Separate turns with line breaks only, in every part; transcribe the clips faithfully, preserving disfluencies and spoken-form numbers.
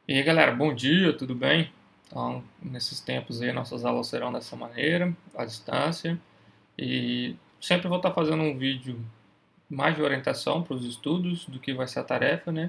E aí galera, bom dia, tudo bem? Então, nesses tempos aí, nossas aulas serão dessa maneira, à distância, e sempre vou estar fazendo um vídeo mais de orientação para os estudos do que vai ser a tarefa, né?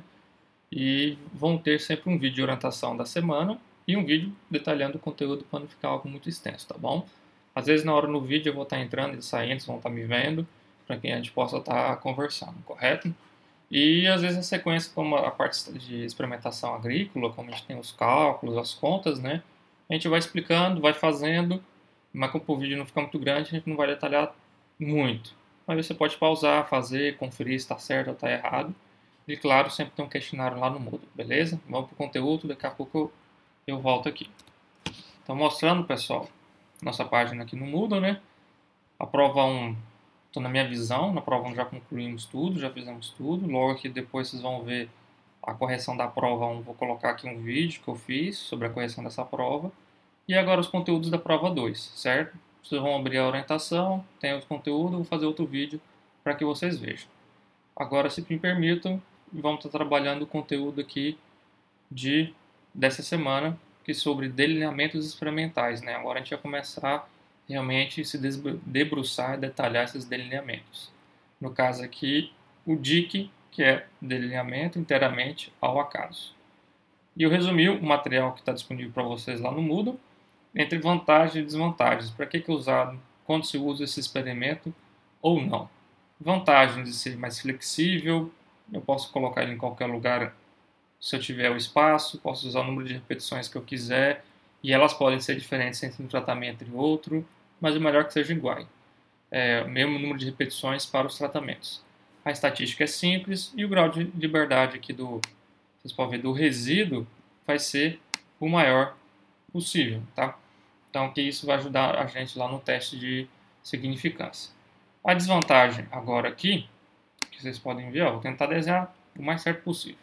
E vão ter sempre um vídeo de orientação da semana e um vídeo detalhando o conteúdo para não ficar algo muito extenso, tá bom? Às vezes na hora no vídeo eu vou estar entrando e saindo, vocês vão estar me vendo, para que a gente possa estar conversando, correto? E às vezes a sequência, como a parte de experimentação agrícola, como a gente tem os cálculos, as contas, né? A gente vai explicando, vai fazendo, mas como o vídeo não fica muito grande, a gente não vai detalhar muito. Mas você pode pausar, fazer, conferir se está certo ou está errado. E claro, sempre tem um questionário lá no Moodle, beleza? Vamos para o conteúdo, daqui a pouco eu, eu volto aqui. Então mostrando, pessoal, nossa página aqui no Moodle, né? A prova um, estou na minha visão, na prova um já concluímos tudo, já fizemos tudo. Logo que depois vocês vão ver a correção da prova um, vou colocar aqui um vídeo que eu fiz sobre a correção dessa prova. E agora os conteúdos da prova dois, certo? Vocês vão abrir a orientação, tem os conteúdos, vou fazer outro vídeo para que vocês vejam. Agora, se me permitam, vamos estar trabalhando o conteúdo aqui de, dessa semana, que é sobre delineamentos experimentais, né? Agora a gente vai começar realmente se debruçar e detalhar esses delineamentos. No caso aqui, o D I C, que é delineamento inteiramente ao acaso. E eu resumi o material que está disponível para vocês lá no Moodle, entre vantagens e desvantagens. Para que, que é usado, quando se usa esse experimento ou não. Vantagens de ser mais flexível, eu posso colocar ele em qualquer lugar se eu tiver o espaço, posso usar o número de repetições que eu quiser, e elas podem ser diferentes entre um tratamento e outro, mas o melhor é que sejam iguais. É, o mesmo número de repetições para os tratamentos. A estatística é simples e o grau de liberdade aqui do, vocês podem ver, do resíduo vai ser o maior possível, tá? Então, que isso vai ajudar a gente lá no teste de significância. A desvantagem agora aqui, que vocês podem ver, ó, vou tentar desenhar o mais certo possível.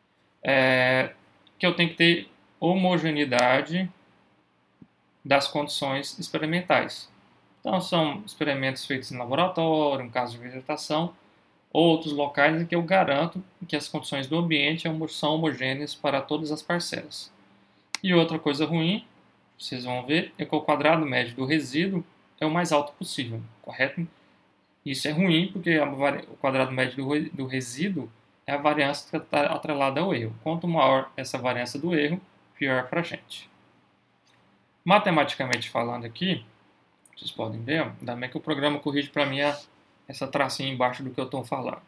É, que eu tenho que ter homogeneidade das condições experimentais. Então, são experimentos feitos em laboratório, em caso de vegetação, outros locais em que eu garanto que as condições do ambiente são homogêneas para todas as parcelas. E outra coisa ruim, vocês vão ver, é que o quadrado médio do resíduo é o mais alto possível, correto? Isso é ruim porque o quadrado médio do resíduo é a variância atrelada ao erro. Quanto maior essa variância do erro, pior para a gente. Matematicamente falando aqui, vocês podem ver, ainda bem que o programa corrige para mim essa tracinha embaixo do que eu estou falando.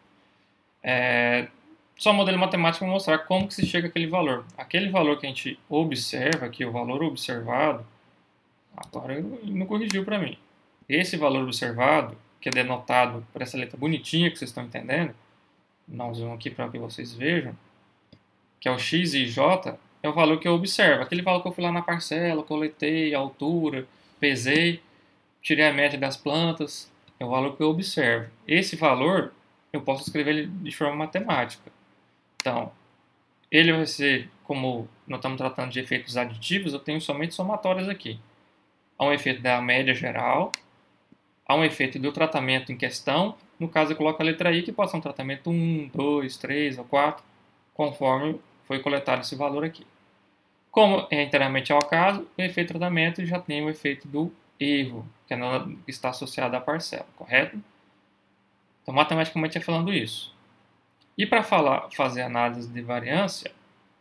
É, só o modelo matemático vai mostrar como que se chega àquele valor. Aquele valor que a gente observa aqui, o valor observado, agora ele não corrigiu para mim. Esse valor observado, que é denotado por essa letra bonitinha que vocês estão entendendo, nós vamos aqui para que vocês vejam, que é o x e j, é o valor que eu observo. Aquele valor que eu fui lá na parcela, coletei a altura, pesei, tirei a média das plantas, é o valor que eu observo. Esse valor, eu posso escrever ele de forma matemática. Então, ele vai ser, como nós estamos tratando de efeitos aditivos, eu tenho somente somatórios aqui. Há um efeito da média geral, há um efeito do tratamento em questão. No caso, eu coloco a letra I, que pode ser um tratamento um, dois, três ou quatro, conforme foi coletado esse valor aqui. Como é inteiramente ao acaso, o efeito de tratamento já tem o efeito do erro, que está associado à parcela, correto? Então, matematicamente é falando isso. E para fazer análise de variância,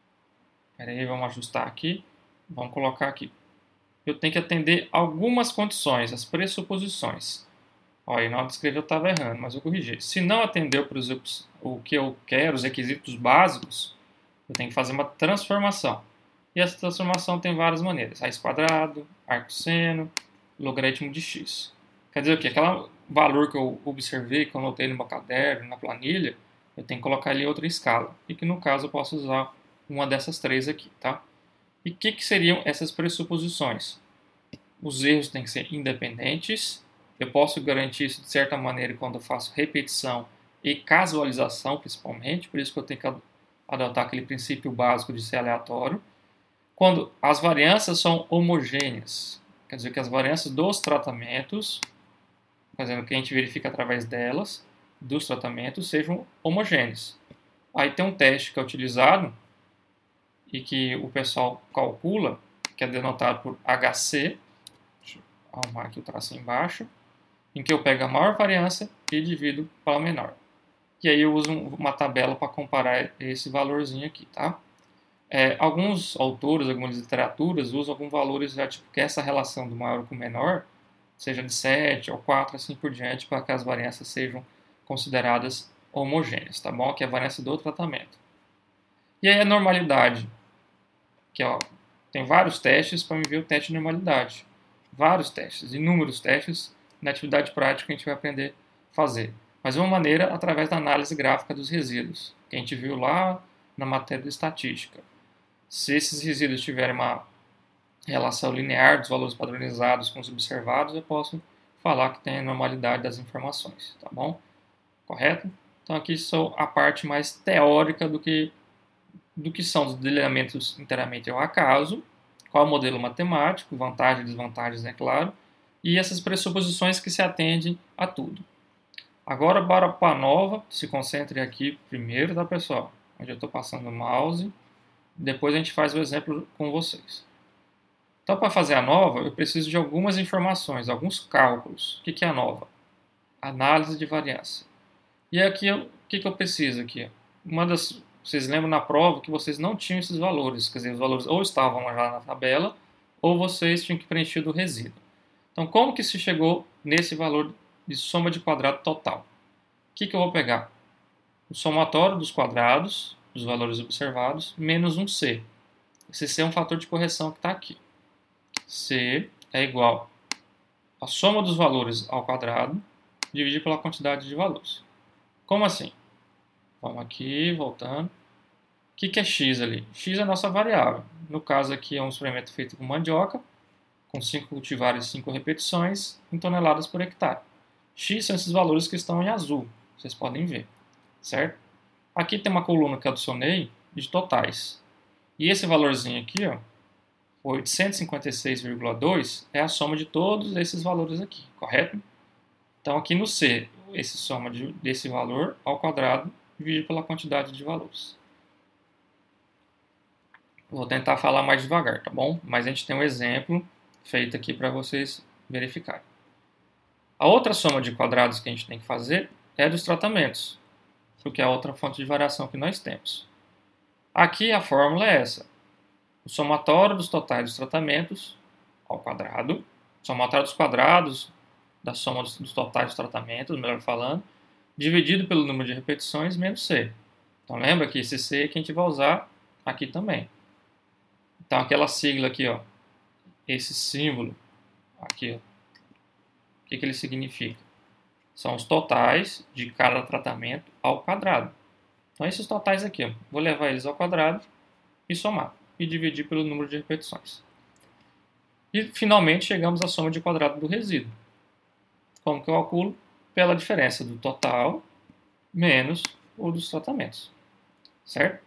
peraí, vamos ajustar aqui, vamos colocar aqui. Eu tenho que atender algumas condições, as pressuposições. Olha, na hora de escrever eu estava errando, mas eu corrigi. Se não atendeu para os, o que eu quero, os requisitos básicos, eu tenho que fazer uma transformação. E essa transformação tem várias maneiras. Raiz quadrado, arco seno, logaritmo de x. Quer dizer o quê? Aquele valor que eu observei, que eu anotei no meu caderno, na planilha, eu tenho que colocar ele em outra escala. E que no caso eu posso usar uma dessas três aqui, tá? E o que, que seriam essas pressuposições? Os erros têm que ser independentes. Eu posso garantir isso de certa maneira quando eu faço repetição e casualização, principalmente. Por isso que eu tenho que adotar aquele princípio básico de ser aleatório. Quando as variâncias são homogêneas, quer dizer que as variâncias dos tratamentos, quer dizer, que a gente verifica através delas, dos tratamentos, sejam homogêneos. Aí tem um teste que é utilizado e que o pessoal calcula, que é denotado por H C, deixa eu arrumar aqui o tracinho embaixo, em que eu pego a maior variância e divido pela menor. E aí eu uso uma tabela para comparar esse valorzinho aqui, tá? É, alguns autores, algumas literaturas usam alguns valores já tipo que essa relação do maior com o menor seja de sete ou quatro, assim por diante, para que as variâncias sejam consideradas homogêneas, tá bom? Que é a variância do tratamento. E aí a normalidade, que ó, tem vários testes para me ver o teste de normalidade. Vários testes, inúmeros testes na atividade prática que a gente vai aprender a fazer. Mas de uma maneira através da análise gráfica dos resíduos, que a gente viu lá na matéria de estatística. Se esses resíduos tiverem uma relação linear dos valores padronizados com os observados, eu posso falar que tem a normalidade das informações, tá bom? Correto? Então aqui só a parte mais teórica do que, do que são os delineamentos inteiramente ao acaso, qual é o modelo matemático, vantagens e desvantagens, é claro, e essas pressuposições que se atendem a tudo. Agora, bora para a nova, se concentre aqui primeiro, tá pessoal? Onde eu estou passando o mouse, depois a gente faz o exemplo com vocês. Então, para fazer a nova, eu preciso de algumas informações, alguns cálculos. O que é a nova? Análise de variância. E aqui, o que eu preciso aqui? Uma das, vocês lembram na prova que vocês não tinham esses valores, quer dizer, os valores ou estavam já na tabela, ou vocês tinham que preencher do resíduo. Então, como que se chegou nesse valor de soma de quadrado total? O que, que eu vou pegar? O somatório dos quadrados, dos valores observados, menos um C. Esse C é um fator de correção que está aqui. C é igual a soma dos valores ao quadrado dividido pela quantidade de valores. Como assim? Vamos aqui, voltando. O que, que é x ali? X é a nossa variável. No caso aqui é um experimento feito com mandioca, com cinco cultivares e cinco repetições em toneladas por hectare. X são esses valores que estão em azul, vocês podem ver, certo? Aqui tem uma coluna que eu adicionei de totais. E esse valorzinho aqui, ó, oitocentos e cinquenta e seis vírgula dois, é a soma de todos esses valores aqui, correto? Então aqui no C, esse soma de, desse valor ao quadrado dividido pela quantidade de valores. Vou tentar falar mais devagar, tá bom? Mas a gente tem um exemplo feito aqui para vocês verificarem. A outra soma de quadrados que a gente tem que fazer é dos tratamentos, porque é a outra fonte de variação que nós temos. Aqui a fórmula é essa. O somatório dos totais dos tratamentos ao quadrado, somatório dos quadrados da soma dos, dos totais dos tratamentos, melhor falando, dividido pelo número de repetições menos C. Então lembra que esse C é que a gente vai usar aqui também. Então aquela sigla aqui, ó, esse símbolo aqui, ó, o que, que ele significa? São os totais de cada tratamento ao quadrado. Então esses totais aqui, ó, vou levar eles ao quadrado e somar. E dividir pelo número de repetições. E finalmente chegamos à soma de quadrado do resíduo. Como que eu calculo? Pela diferença do total menos o dos tratamentos. Certo?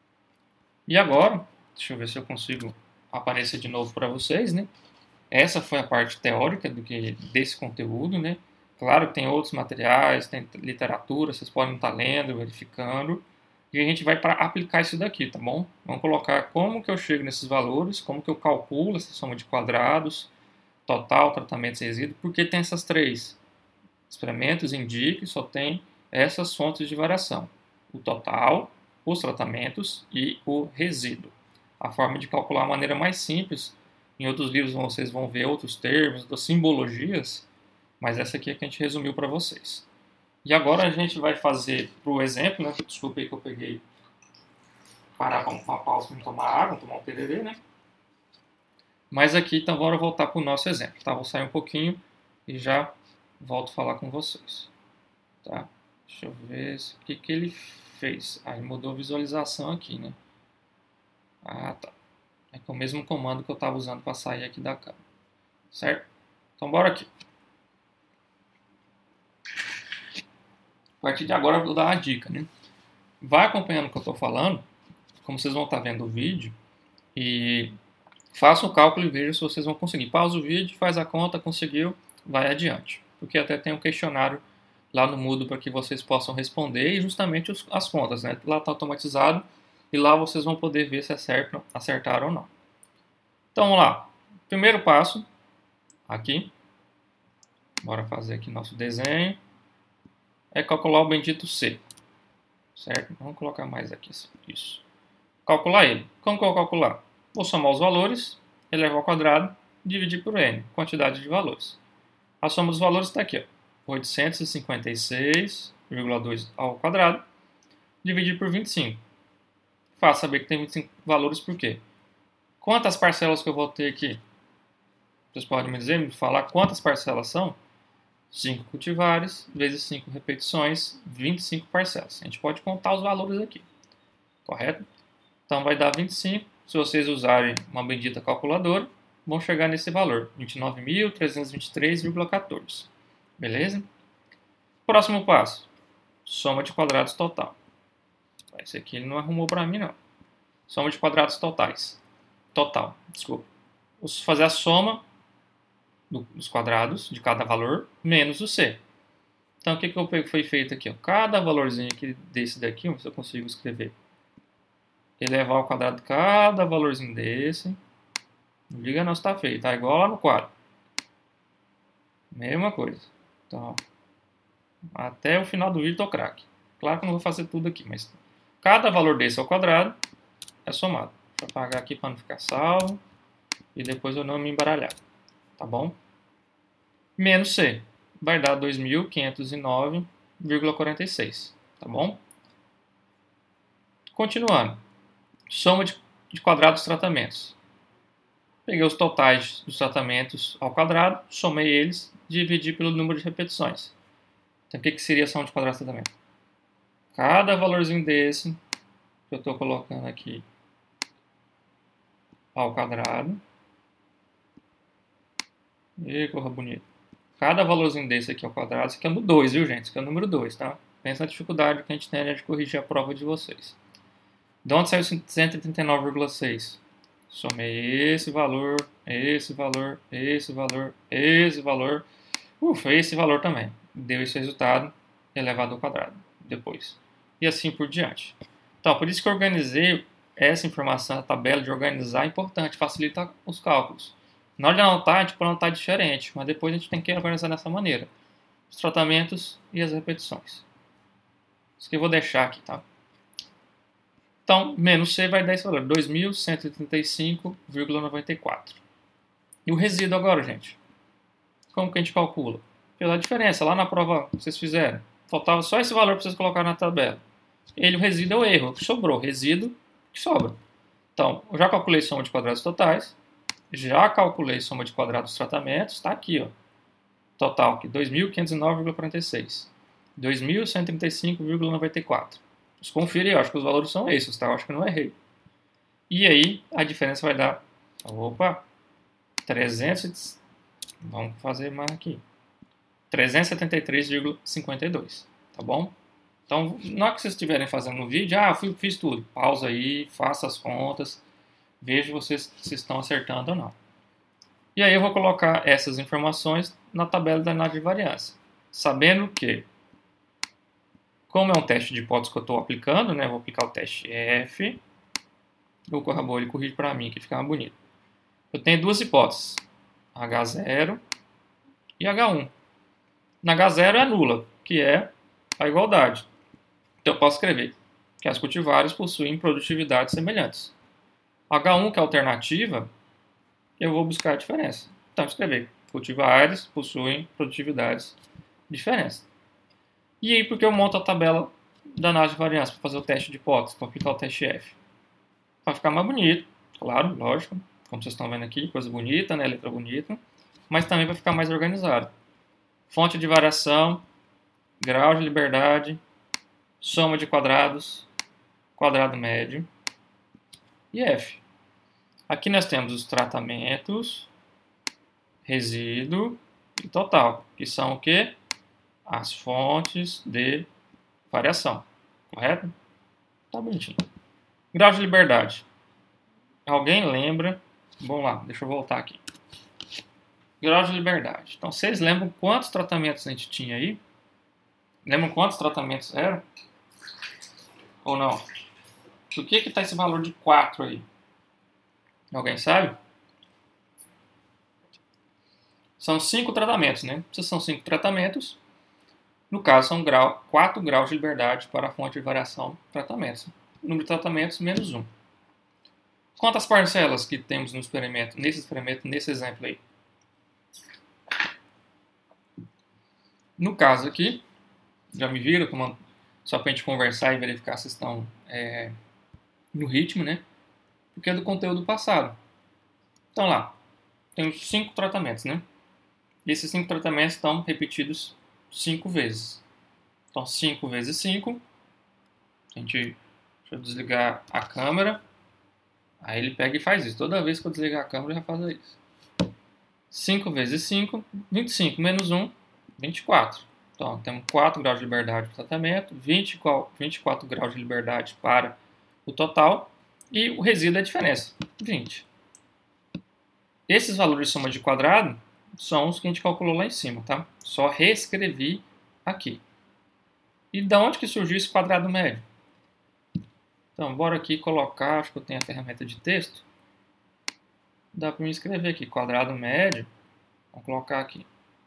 E agora, deixa eu ver se eu consigo aparecer de novo para vocês, né? Essa foi a parte teórica do que, desse conteúdo, né? Claro que tem outros materiais, tem literatura, vocês podem estar lendo, verificando. E a gente vai para aplicar isso daqui, tá bom? Vamos colocar como que eu chego nesses valores, como que eu calculo essa soma de quadrados, total, tratamentos e resíduo, porque tem essas três. Experimentos indicam que só tem essas fontes de variação. O total, os tratamentos e o resíduo. A forma de calcular a maneira mais simples, em outros livros vocês vão ver outros termos, outras simbologias, mas essa aqui é que a gente resumiu para vocês. E agora a gente vai fazer para o exemplo, né? Desculpa aí que eu peguei parar para uma pausa para tomar água, tomar um tererê, né? Mas aqui, então, bora voltar para o nosso exemplo, tá? Vou sair um pouquinho e já volto a falar com vocês, tá? Deixa eu ver o que, que ele fez. Aí mudou a visualização aqui, né? Ah, tá. É com o mesmo comando que eu estava usando para sair aqui da câmera, certo? Então, bora aqui. A partir de agora eu vou dar uma dica, né? Vai acompanhando o que eu estou falando, como vocês vão estar vendo o vídeo, e faça o cálculo e veja se vocês vão conseguir. Pausa o vídeo, faz a conta, conseguiu, vai adiante. Porque até tem um questionário lá no Moodle para que vocês possam responder e justamente os, as contas, né? Lá está automatizado, e lá vocês vão poder ver se acertam, acertaram ou não. Então vamos lá. Primeiro passo, aqui, bora fazer aqui nosso desenho, é calcular o bendito C, certo? Vamos colocar mais aqui, isso. Calcular ele. Como que eu vou calcular? Vou somar os valores, elevar ao quadrado, dividir por n, quantidade de valores. A soma dos valores está aqui, ó, oitocentos e cinquenta e seis vírgula dois ao quadrado, dividir por vinte e cinco. Fácil saber que tem vinte e cinco valores, por quê? Quantas parcelas que eu vou ter aqui? Vocês podem me dizer, me falar quantas parcelas são? cinco cultivares vezes cinco repetições, vinte e cinco parcelas. A gente pode contar os valores aqui, correto? Então vai dar vinte e cinco. Se vocês usarem uma bendita calculadora, vão chegar nesse valor, vinte e nove mil trezentos e vinte e três vírgula quatorze. Beleza? Próximo passo, soma de quadrados total. Esse aqui ele não arrumou para mim, não. Soma de quadrados totais. Total, desculpa. Vou fazer a soma dos quadrados de cada valor menos o C. Então, o que, que foi feito aqui? Ó? Cada valorzinho aqui desse daqui, se eu consigo escrever, elevar ao quadrado de cada valorzinho desse. Não diga não se está feio, tá igual lá no quadro. Mesma coisa. Então, até o final do vídeo tô craque. Claro que eu não vou fazer tudo aqui, mas cada valor desse ao quadrado é somado. Deixa eu apagar aqui para não ficar salvo e depois eu não me embaralhar. Tá bom? Menos C vai dar dois mil quinhentos e nove vírgula quarenta e seis. Tá bom? Continuando. Soma de, de quadrados dos tratamentos. Peguei os totais dos tratamentos ao quadrado, somei eles, dividi pelo número de repetições. Então, o que, que seria a soma de quadrados do tratamento? Cada valorzinho desse que eu estou colocando aqui ao quadrado. E corra bonito. Cada valorzinho desse aqui ao quadrado, isso aqui é no dois, viu, gente? Isso aqui é o número dois, tá? Pensa na dificuldade que a gente tem de corrigir a prova de vocês. De onde saiu cento e trinta e nove vírgula seis? Somei esse valor, esse valor, esse valor, esse valor. Ufa, esse valor também. Deu esse resultado elevado ao quadrado depois. E assim por diante. Então, por isso que eu organizei essa informação, a tabela de organizar é importante, facilita os cálculos. Na hora de anotar, a gente pode anotar diferente, mas depois a gente tem que organizar dessa maneira. Os tratamentos e as repetições. Isso que eu vou deixar aqui, tá? Então, menos C vai dar esse valor, dois mil cento e trinta e cinco vírgula noventa e quatro. E o resíduo agora, gente? Como que a gente calcula? Pela diferença, lá na prova que vocês fizeram. Faltava só esse valor para vocês colocarem na tabela. Ele, o resíduo é o erro, que sobrou. Resíduo que sobra. Então, eu já calculei soma de quadrados totais. Já calculei soma de quadrados dos tratamentos. Está aqui, ó. Total, aqui, dois mil quinhentos e nove vírgula quarenta e seis. dois mil cento e trinta e cinco vírgula noventa e quatro. Mas confira aí, eu acho que os valores são esses, tá? Eu acho que eu não errei. E aí, a diferença vai dar... Opa! trezentos... Vamos fazer mais aqui. trezentos e setenta e três vírgula cinquenta e dois. Tá bom? Então, na hora que vocês estiverem fazendo o vídeo, ah, eu fiz tudo. Pausa aí, faça as contas. Veja vocês se estão acertando ou não. E aí eu vou colocar essas informações na tabela da análise de variância. Sabendo que, como é um teste de hipótese que eu estou aplicando, né, vou aplicar o teste F. O Corrabor ele corrige para mim, que fica mais bonito. Eu tenho duas hipóteses, H zero e H um. Na H zero é nula, que é a igualdade. Então eu posso escrever que as cultivares possuem produtividades semelhantes. H um, que é a alternativa, eu vou buscar a diferença. Então, escrever. Cultivares possuem produtividades diferentes. E aí, porque eu monto a tabela da análise de variância para fazer o teste de hipótese, para aplicar o teste F? Vai ficar mais bonito, claro, lógico. Como vocês estão vendo aqui, coisa bonita, né? Letra bonita. Mas também vai ficar mais organizado. Fonte de variação, grau de liberdade, soma de quadrados, quadrado médio e F. Aqui nós temos os tratamentos, resíduo e total, que são o quê? As fontes de variação, correto? Tá bonitinho. Grau de liberdade. Alguém lembra? Vamos lá, deixa eu voltar aqui. Grau de liberdade. Então, vocês lembram quantos tratamentos a gente tinha aí? Lembram quantos tratamentos eram? Ou não? Por que que está esse valor de quatro aí? Alguém sabe? São cinco tratamentos, né? Se são cinco tratamentos, no caso são grau, quatro graus de liberdade para a fonte de variação de tratamentos. Número de tratamentos, menos um. Quantas parcelas que temos no experimento, nesse experimento, nesse exemplo aí? No caso aqui, já me viram, tomando, só para a gente conversar e verificar se estão é, no ritmo, né? Porque é do conteúdo passado. Então lá, temos cinco tratamentos, né? E esses cinco tratamentos estão repetidos cinco vezes. Então, cinco vezes cinco. A gente, deixa eu desligar a câmera. Aí ele pega e faz isso. Toda vez que eu desligar a câmera, ele já faz isso. cinco vezes cinco, vinte e cinco menos um, vinte e quatro. Então, temos quatro graus de liberdade para o tratamento, vinte e quatro graus de liberdade para o total. E o resíduo é a diferença, vinte. Esses valores de soma de quadrado são os que a gente calculou lá em cima, tá? Só reescrevi aqui. E de onde que surgiu esse quadrado médio? Então, bora aqui colocar, acho que eu tenho a ferramenta de texto. Dá para me escrever aqui, quadrado médio. Vamos colocar aqui.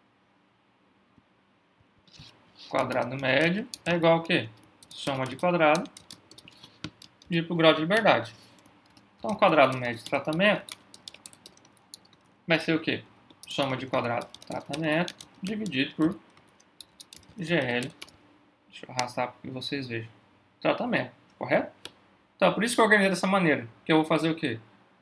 Quadrado médio é igual ao quê? Soma de quadrado dividido por grau de liberdade. Então, quadrado médio de tratamento vai ser o quê? Soma de quadrado tratamento dividido por G L. Deixa eu arrastar para que vocês vejam. Tratamento, correto? Então, por isso que eu organizei dessa maneira. Que eu vou fazer o quê?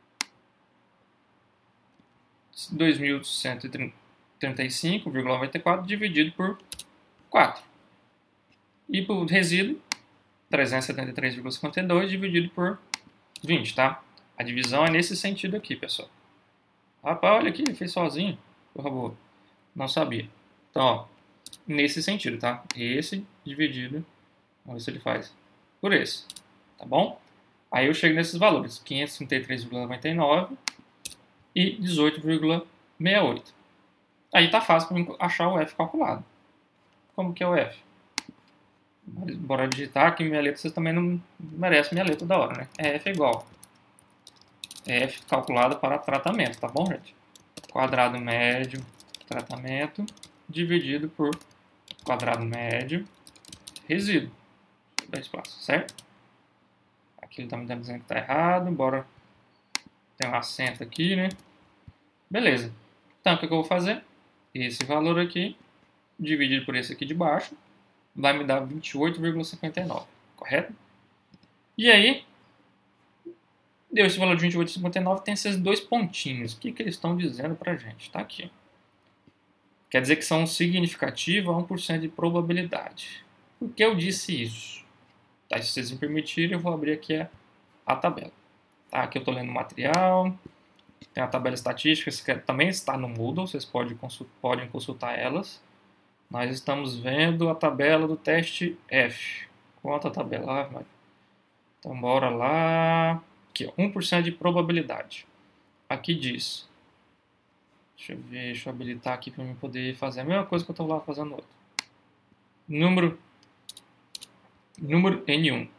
dois mil cento e trinta e cinco vírgula noventa e quatro dividido por quatro. E para o resíduo, trezentos e setenta e três vírgula cinquenta e dois dividido por vinte, tá? A divisão é nesse sentido aqui, pessoal. Rapaz, olha aqui, fez sozinho. Por favor. Não sabia. Então, ó, nesse sentido, tá? Esse dividido, vamos ver se ele faz, por esse. Tá bom? Aí eu chego nesses valores, quinhentos e trinta e três vírgula noventa e nove e dezoito vírgula sessenta e oito. Aí tá fácil para achar o F calculado. Como que é o F? Bora digitar, que minha letra vocês também não merecem minha letra da hora, né? F é igual F calculado para tratamento, tá bom, gente? Quadrado médio tratamento dividido por quadrado médio resíduo. Dá espaço, certo? Aqui ele está me dizendo que está errado, bora. Tem um acento aqui, né? Beleza. Então, o que eu vou fazer? Esse valor aqui, dividido por esse aqui de baixo, vai me dar vinte e oito vírgula cinquenta e nove, correto? E aí, deu esse valor de vinte e oito vírgula cinquenta e nove, tem esses dois pontinhos. O que, que eles estão dizendo pra gente? Está aqui. Quer dizer que são significativos a um por cento de probabilidade. Por que eu disse isso? Tá, se vocês me permitirem, eu vou abrir aqui a, a tabela. Tá, aqui eu estou lendo o material. Tem a tabela estatística, que também está no Moodle, vocês podem consultar, podem consultar elas. Nós estamos vendo a tabela do teste F. Quanto a tabela? Ah, então, bora lá. Aqui, ó, um por cento de probabilidade. Aqui diz. Deixa eu ver, deixa eu habilitar aqui para eu poder fazer a mesma coisa que eu estou lá fazendo no outro. Número, número N um.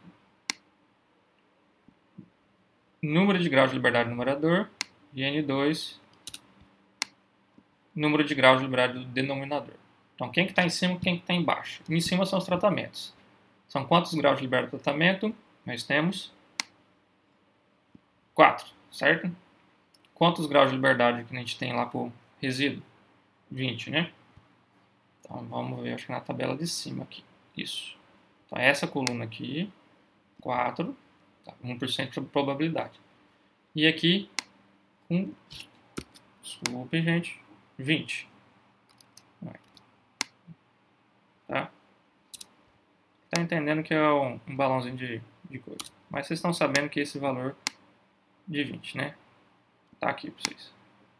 Número de graus de liberdade do numerador. E N dois. Número de graus de liberdade do denominador. Então, quem que está em cima e quem que está embaixo? Em cima são os tratamentos. São quantos graus de liberdade do tratamento? Nós temos quatro, certo? Quantos graus de liberdade que a gente tem lá para o resíduo? vinte, né? Então, vamos ver, acho que na tabela de cima aqui. Isso. Então, essa coluna aqui, quatro, tá, um por cento de probabilidade. E aqui, um, desculpe, gente, vinte. Tá? Tá entendendo que é um, um balãozinho de, de coisa. Mas vocês estão sabendo que esse valor de vinte, né? Tá aqui para vocês.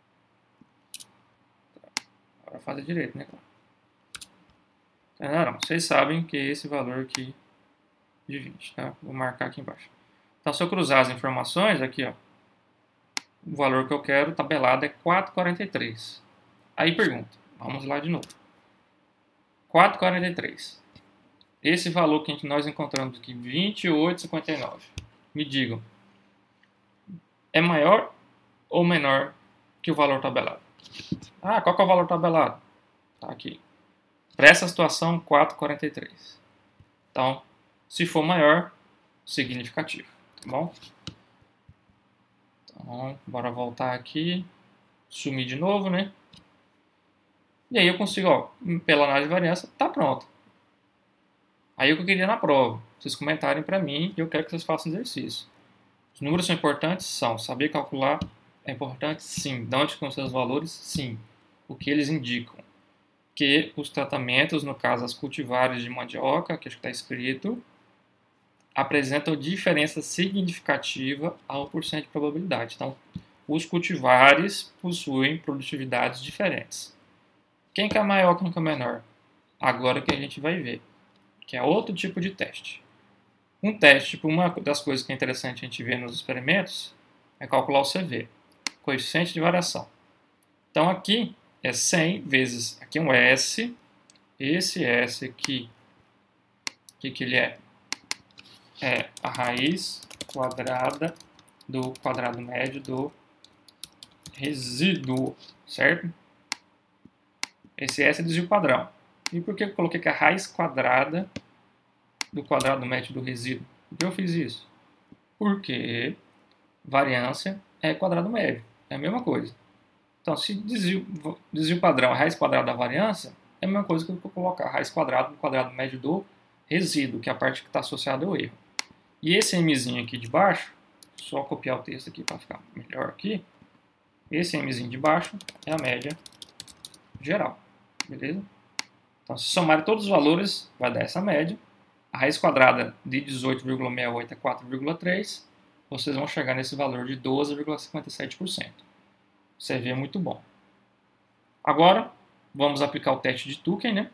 Tá. Agora fazer direito, né? Não, não. Vocês sabem que é esse valor aqui de vinte, tá? Vou marcar aqui embaixo. Então, se eu cruzar as informações, aqui, ó. O valor que eu quero tabelado é quatro vírgula quarenta e três. Aí pergunta. Vamos lá de novo. quatro vírgula quarenta e três. Esse valor que nós encontramos aqui, vinte e oito vírgula cinquenta e nove. me digam, é maior ou menor que o valor tabelado? Ah, qual que é o valor tabelado? Tá aqui. Para essa situação, quatro vírgula quarenta e três. Então, se for maior, significativo, tá bom? Então, bora voltar aqui, sumir de novo, né? E aí eu consigo, ó, pela análise de variância, tá pronto. Aí o que eu queria na prova, vocês comentarem para mim e eu quero que vocês façam exercício. Os números são importantes? São. Saber calcular é importante? Sim. De onde estão seus valores? Sim. O que eles indicam? Que os tratamentos, no caso as cultivares de mandioca, que acho que está escrito, apresentam diferença significativa a um por cento de probabilidade. Então, os cultivares possuem produtividades diferentes. Quem que é maior, quem que é menor? Agora que a gente vai ver, que é outro tipo de teste. Um teste, tipo, uma das coisas que é interessante a gente ver nos experimentos é calcular o C V, coeficiente de variação. Então aqui é cem vezes, aqui é um S, esse S aqui, o que, que ele é? É a raiz quadrada do quadrado médio do resíduo, certo? Esse S é desvio padrão. E por que eu coloquei que a raiz quadrada do quadrado médio do resíduo? Por que eu fiz isso? Porque variância é quadrado médio, é a mesma coisa. Então, se desvio, desvio padrão é a raiz quadrada da variância, é a mesma coisa que eu vou colocar a raiz quadrada do quadrado médio do resíduo, que é a parte que está associada ao erro. E esse mzinho aqui de baixo, só copiar o texto aqui para ficar melhor aqui, esse mzinho de baixo é a média geral, beleza? Então, se somarem todos os valores, vai dar essa média. A raiz quadrada de dezoito vírgula sessenta e oito é quatro vírgula três, vocês vão chegar nesse valor de doze vírgula cinquenta e sete por cento. C V é muito bom. Agora, vamos aplicar o teste de Tucken, né?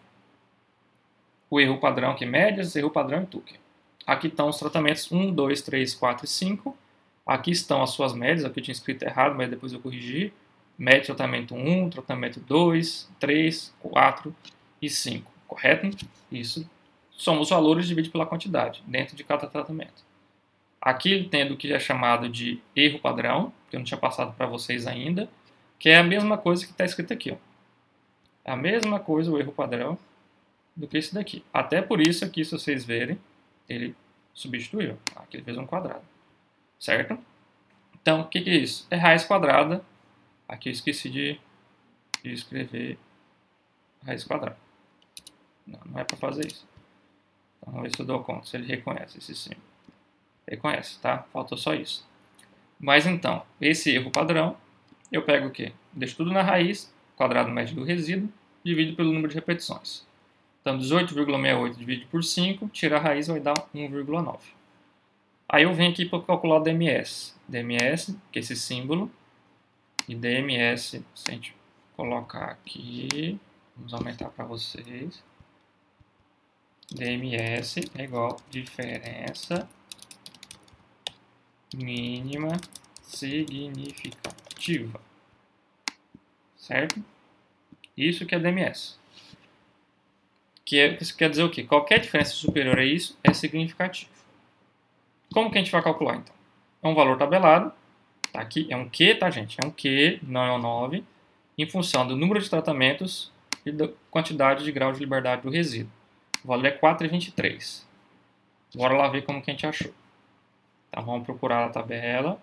O erro padrão aqui, médias, erro padrão e Tucken. Aqui estão os tratamentos um, dois, três, quatro e cinco. Aqui estão as suas médias, aqui eu tinha escrito errado, mas depois eu corrigi. Média tratamento um, tratamento dois, três, quatro e cinco, correto? Isso. Somos os valores divididos pela quantidade, dentro de cada tratamento. Aqui ele tem o que é chamado de erro padrão, que eu não tinha passado para vocês ainda, que é a mesma coisa que está escrito aqui. Ó. É a mesma coisa o erro padrão do que esse daqui. Até por isso aqui, se vocês verem, ele substituiu. Aqui ele fez um quadrado. Certo? Então, o que, que é isso? É raiz quadrada. Aqui eu esqueci de, de escrever raiz quadrada. Não, não é para fazer isso. Então, vamos ver se eu dou conta, se ele reconhece esse símbolo. Reconhece, tá? Faltou só isso. Mas então, esse erro padrão, eu pego o quê? Deixo tudo na raiz, quadrado médio do resíduo, divido pelo número de repetições. Então, dezoito vírgula sessenta e oito dividido por cinco, tira a raiz, vai dar um vírgula nove. Aí eu venho aqui para calcular o D M S. D M S, que é esse símbolo, e D M S, se a gente colocar aqui, vamos aumentar para vocês. D M S é igual a diferença mínima significativa, certo? Isso que é D M S. Que é, isso quer dizer o quê? Qualquer diferença superior a isso é significativo. Como que a gente vai calcular, então? É um valor tabelado, tá aqui, é um Q, tá, gente? É um Q, não é um nove, em função do número de tratamentos e da quantidade de grau de liberdade do resíduo. O valor é quatro vírgula vinte e três. Bora lá ver como que a gente achou. Então, vamos procurar a tabela.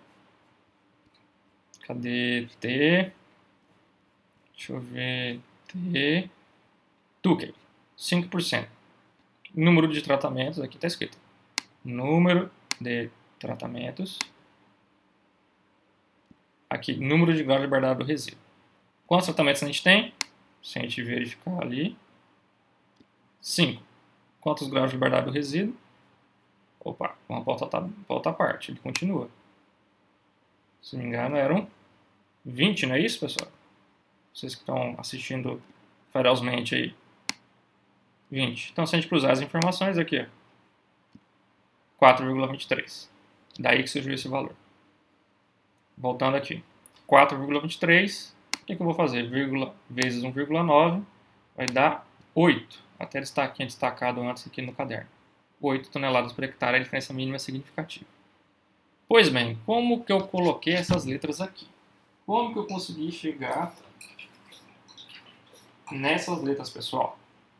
Cadê T? Deixa eu ver. T. Tucken. cinco por cento. Número de tratamentos, aqui está escrito. Número de tratamentos. Aqui, número de grau de liberdade do resíduo. Quantos tratamentos a gente tem? Se a gente verificar ali. cinco. Quantos graus de liberdade do resíduo? Opa, vamos para outra, outra parte. Ele continua. Se não me engano, eram vinte, não é isso, pessoal? Vocês que estão assistindo ferozmente aí. vinte. Então, se a gente cruzar as informações aqui, ó, quatro vírgula vinte e três. Daí que surgiu esse valor. Voltando aqui. quatro vírgula vinte e três. O que, que eu vou fazer? Vírgula vezes um vírgula nove vai dar oito. Até ele está aqui destacado antes aqui no caderno. oito toneladas por hectare é a diferença mínima significativa. Pois bem, como que eu coloquei essas letras aqui? Como que eu consegui chegar nessas letras, pessoal?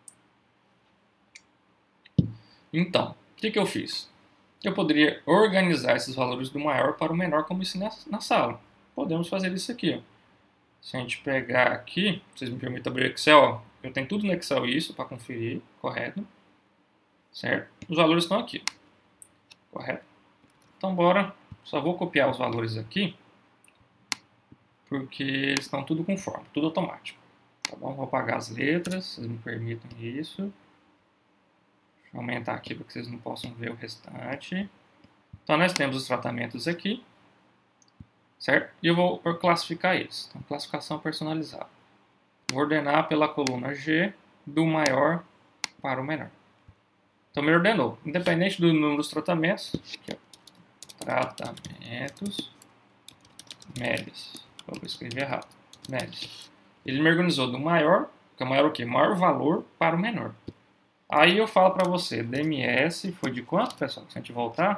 Então, o que, que eu fiz? Eu poderia organizar esses valores do maior para o menor, como ensinei na sala. Podemos fazer isso aqui. Ó. Se a gente pegar aqui, vocês me permitem abrir o Excel, ó, eu tenho tudo no Excel isso para conferir, correto? Certo? Os valores estão aqui, correto? Então, bora. Só vou copiar os valores aqui, porque eles estão tudo conforme, tudo automático. Tá bom? Vou apagar as letras, vocês me permitam isso. Deixa eu aumentar aqui para que vocês não possam ver o restante. Então, nós temos os tratamentos aqui, certo? E eu vou classificar eles. Então, classificação personalizada. Vou ordenar pela coluna G, do maior para o menor. Então, me ordenou. Independente do número dos tratamentos, aqui, ó. Tratamentos, médias. Vou escrever errado. Médias. Ele me organizou do maior, que é maior o quê? Maior valor para o menor. Aí eu falo para você, D M S foi de quanto, pessoal? Se a gente voltar,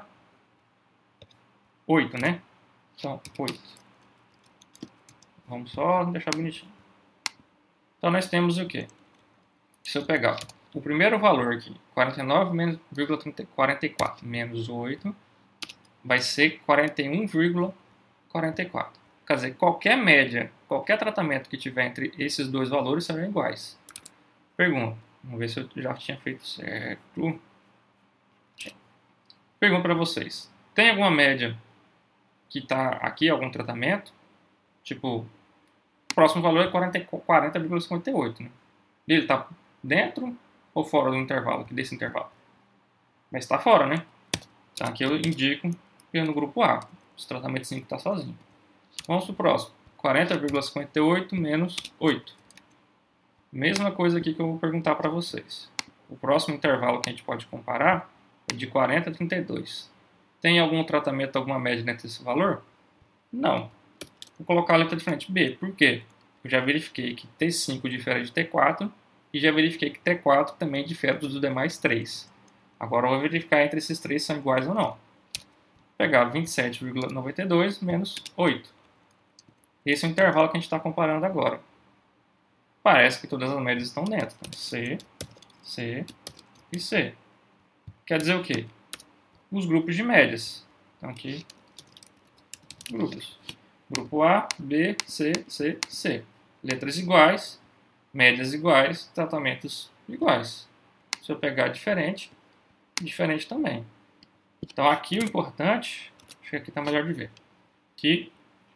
oito, né? Então, oito. Vamos só deixar bonitinho. Então, nós temos o quê? Se eu pegar o primeiro valor aqui, quarenta e nove vírgula quarenta e quatro menos oito, vai ser quarenta e um vírgula quarenta e quatro. Quer dizer, qualquer média, qualquer tratamento que tiver entre esses dois valores serão iguais. Pergunta. Vamos ver se eu já tinha feito certo. Pergunta para vocês. Tem alguma média que está aqui, algum tratamento? Tipo, o próximo valor é quarenta vírgula cinquenta e oito. Né? Ele está dentro ou fora do intervalo, aqui desse intervalo? Mas está fora, né? Então aqui eu indico que no grupo A. Esse tratamento cinco está sozinho. Vamos para o próximo. quarenta vírgula cinquenta e oito menos oito. Mesma coisa aqui que eu vou perguntar para vocês. O próximo intervalo que a gente pode comparar é de quarenta a trinta e dois. Tem algum tratamento, alguma média dentro desse valor? Não. Vou colocar a letra de frente B. Por quê? Eu já verifiquei que T cinco difere de T quatro e já verifiquei que T quatro também difere dos demais três. Agora eu vou verificar entre esses três são iguais ou não. Vou pegar vinte e sete vírgula noventa e dois menos oito. Esse é o intervalo que a gente está comparando agora. Parece que todas as médias estão dentro. Então, C, C e C. Quer dizer o quê? Os grupos de médias. Então aqui, grupos. Grupo A, B, C, C, C. Letras iguais, médias iguais, tratamentos iguais. Se eu pegar diferente, diferente também. Então aqui o importante, acho que aqui está melhor de ver, que,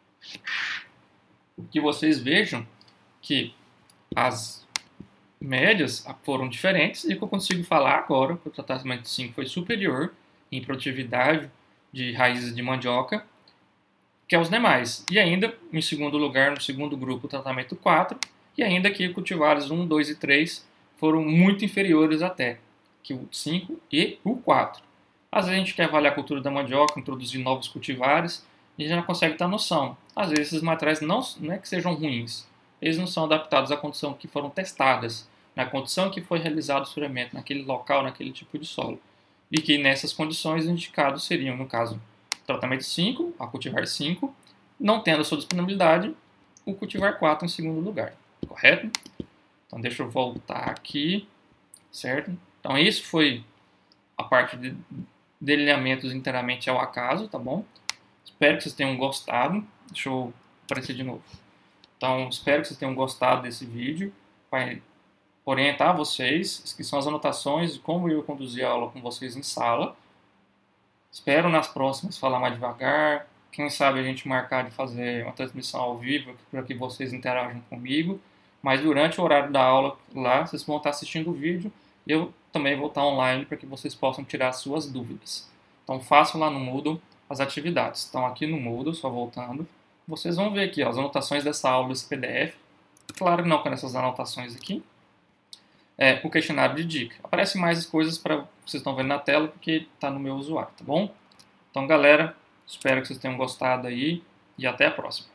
que vocês vejam que as médias foram diferentes e que eu consigo falar agora que o tratamento cinco foi superior em produtividade de raízes de mandioca que aos demais. E ainda, em segundo lugar, no segundo grupo, o tratamento quatro, e ainda que cultivares um, dois e três foram muito inferiores até que o cinco e o quatro. Às vezes a gente quer avaliar a cultura da mandioca, introduzir novos cultivares, e já consegue ter noção. Às vezes esses materiais não, não é que sejam ruins, eles não são adaptados à condição que foram testadas, na condição que foi realizado o experimento, naquele local, naquele tipo de solo. E que nessas condições indicados seriam, no caso, o tratamento cinco, a cultivar cinco, não tendo a sua disponibilidade, o cultivar quatro em segundo lugar. Correto? Então deixa eu voltar aqui, certo? Então isso foi a parte de delineamentos inteiramente ao acaso, tá bom? Espero que vocês tenham gostado. Deixa eu aparecer de novo. Então, espero que vocês tenham gostado desse vídeo. Vai orientar vocês, que são as anotações de como eu conduzir a aula com vocês em sala. Espero nas próximas falar mais devagar. Quem sabe a gente marcar de fazer uma transmissão ao vivo para que vocês interajam comigo. Mas durante o horário da aula lá, vocês vão estar assistindo o vídeo. Eu também vou estar online para que vocês possam tirar suas dúvidas. Então, façam lá no Moodle as atividades. Estão aqui no Moodle, só voltando. Vocês vão ver aqui ó, as anotações dessa aula, desse P D F. Claro que não com essas anotações aqui. É, o questionário de dica. Aparecem mais coisas para vocês estão vendo na tela porque está no meu usuário, tá bom? Então, galera, espero que vocês tenham gostado aí e até a próxima.